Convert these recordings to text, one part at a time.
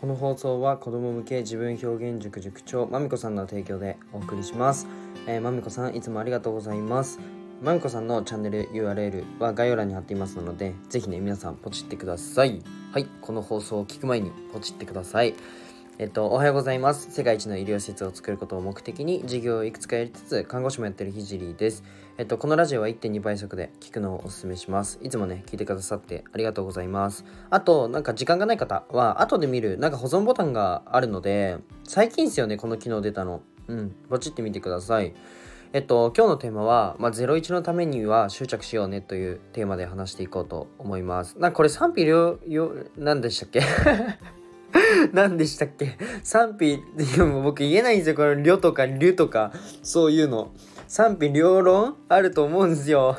この放送は子供向け自分表現塾塾長まみこさんの提供でお送りします。まみこさんいつもありがとうございます。まみこさんのチャンネル URL は概要欄に貼っていますので、ぜひね皆さんポチってください。はい、この放送を聞く前にポチってください。おはようございます。世界一の医療施設を作ることを目的に事業をいくつかやりつつ看護師もやってるひじりです。このラジオは 1.2 倍速で聞くのをお勧めします。いつもね聞いてくださってありがとうございます。あとなんか時間がない方は後で見るなんか保存ボタンがあるので、最近ですよねこの機能出たの。ポチってみてください。今日のテーマは、01のためには執着しようねというテーマで話していこうと思います。これ賛否両何でしたっけ何でしたっけ賛否もう僕言えないんですよ。このりょとかりゅとかそういうの賛否両論あると思うんですよ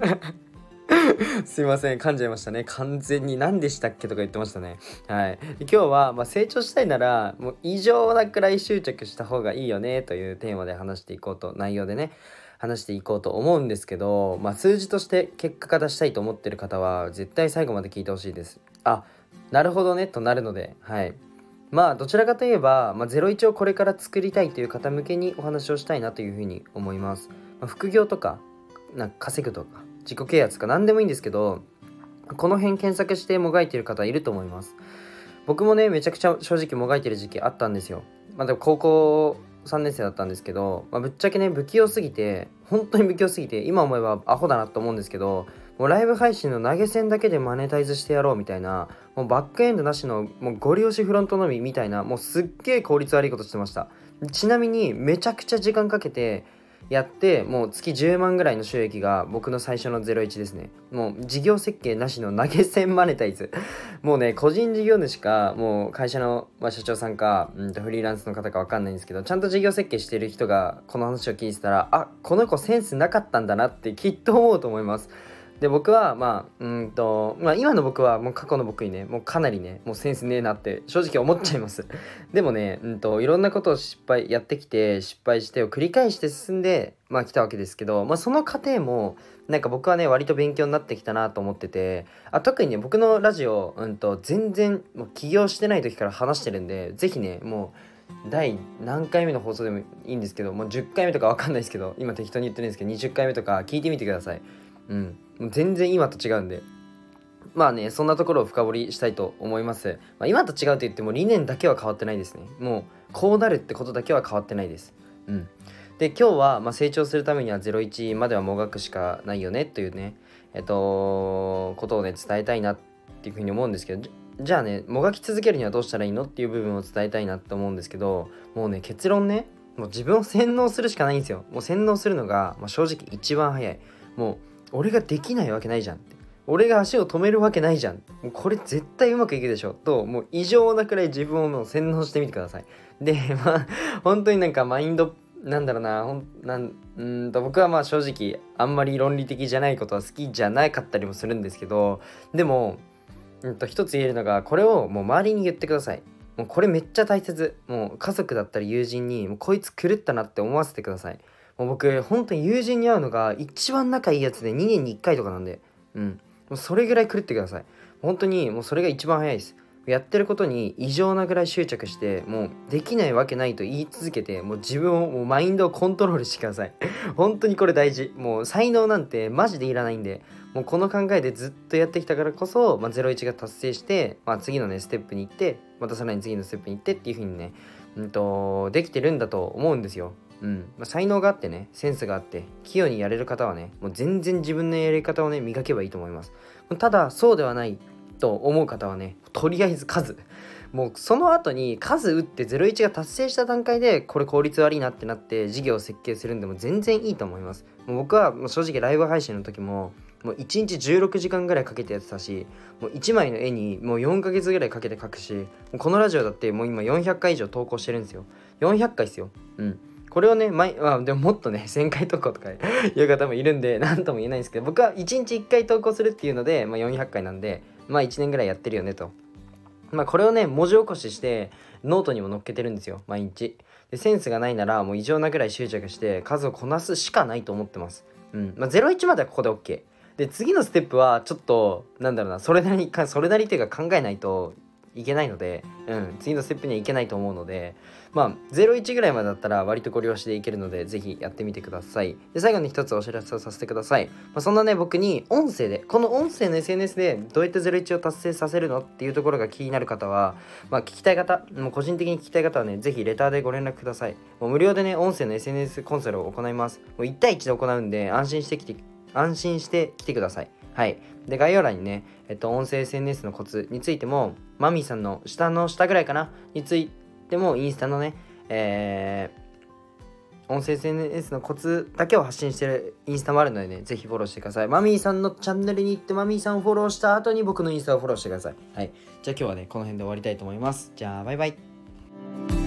すいません、噛んじゃいましたね。完全に何でしたっけとか言ってましたね。はい。今日は、成長したいならもう異常なくらい執着した方がいいよねというテーマで話していこうと、内容でね話していこうと思うんですけど、数字として結果が出したいと思ってる方は絶対最後まで聞いてほしいです。なるほどねとなるので、はい。どちらかといえば、01をこれから作りたいという方向けにお話をしたいなというふうに思います。副業とか稼ぐとか自己啓発とか何でもいいんですけど、この辺検索してもがいてる方いると思います。僕もねめちゃくちゃ正直もがいてる時期あったんですよ。でも高校3年生だったんですけど、ぶっちゃけね不器用すぎて、本当に不器用すぎて今思えばアホだなと思うんですけど、もうライブ配信の投げ銭だけでマネタイズしてやろうみたいな、もうバックエンドなしのもうゴリ押しフロントのみみたいな、もうすっげえ効率悪いことしてました。ちなみにめちゃくちゃ時間かけてやって、もう月10万ぐらいの収益が僕の最初の01ですね。もう事業設計なしの投げ銭マネタイズもうね個人事業主かもう会社の、社長さんか、フリーランスの方か分かんないんですけど、ちゃんと事業設計してる人がこの話を聞いてたら、この子センスなかったんだなってきっと思うと思います。で僕は今の僕はもう過去の僕にねもうかなりねもうセンスねえなって正直思っちゃいますでもねいろんなことをやってきて失敗してを繰り返して進んで来たわけですけど、その過程もなんか僕はね割と勉強になってきたなと思ってて、特にね僕のラジオ全然もう起業してない時から話してるんで、ぜひねもう第何回目の放送でもいいんですけど、もう10回目とか分かんないですけど、今適当に言ってるんですけど20回目とか聞いてみてください。もう全然今と違うんで、そんなところを深掘りしたいと思います。今と違うと言っても理念だけは変わってないですね。もうこうなるってことだけは変わってないです。で今日は、成長するためには01まではもがくしかないよねというねことをね伝えたいなっていうふうに思うんですけど、じゃあねもがき続けるにはどうしたらいいのっていう部分を伝えたいなと思うんですけど、もうね結論ね、もう自分を洗脳するしかないんですよ。もう洗脳するのが、正直一番早い。もう俺ができないわけないじゃんって、俺が足を止めるわけないじゃん、もうこれ絶対うまくいくでしょと、もう異常なくらい自分をもう洗脳してみてください。で本当になんかマインドなんだろうな、僕は正直あんまり論理的じゃないことは好きじゃなかったりもするんですけど、でも一つ言えるのが、これをもう周りに言ってください。もうこれめっちゃ大切。もう家族だったり友人にもうこいつ狂ったなって思わせてください。もう僕本当に友人に会うのが一番仲いいやつで2年に1回とかなんで、もうそれぐらい狂ってください。本当にもうそれが一番早いです。やってることに異常なぐらい執着して、もうできないわけないと言い続けて、もう自分をもうマインドをコントロールしてください本当にこれ大事。もう才能なんてマジでいらないんで、もうこの考えでずっとやってきたからこそ、01が達成して、次のねステップに行って、またさらに次のステップに行ってっていう風にねできてるんだと思うんですよ。才能があってね、センスがあって器用にやれる方はね、もう全然自分のやり方をね磨けばいいと思います。ただそうではないと思う方はね、とりあえず数、もうその後に数打って01が達成した段階でこれ効率悪いなってなって事業を設計するんでも全然いいと思います。もう僕はもう正直ライブ配信の時ももう1日16時間ぐらいかけてやってたし、もう1枚の絵にもう4ヶ月ぐらいかけて描くし、もうこのラジオだってもう今400回以上投稿してるんですよ。400回ですよ。これをねでももっとね1000回投稿とかいう方もいるんで何とも言えないんですけど、僕は1日1回投稿するっていうので、400回なんで1年ぐらいやってるよねと。これをね文字起こししてノートにも載っけてるんですよ、毎日。でセンスがないならもう異常なぐらい執着して数をこなすしかないと思ってます。01まではここで OK で、次のステップはちょっとそれなりっていうか考えないといけないので、次のステップにはいけないと思うので、01ぐらいまでだったら割とご利用しでいけるので、ぜひやってみてください。で、最後に一つお知らせをさせてください。そんなね、僕にこの音声の SNS でどうやって01を達成させるのっていうところが気になる方は、聞きたい方、もう個人的に聞きたい方はね、ぜひレターでご連絡ください。もう無料でね、音声の SNS コンサルを行います。もう1対1で行うんで、安心して来てください。はい。で、概要欄にね、音声 SNS のコツについても、マミーさんの下ぐらいかなについても、インスタのね、音声 SNS のコツだけを発信してるインスタもあるのでね、ぜひフォローしてください。マミーさんのチャンネルに行って、マミーさんをフォローした後に僕のインスタをフォローしてください。はい。じゃあ今日はね、この辺で終わりたいと思います。じゃあ、バイバイ。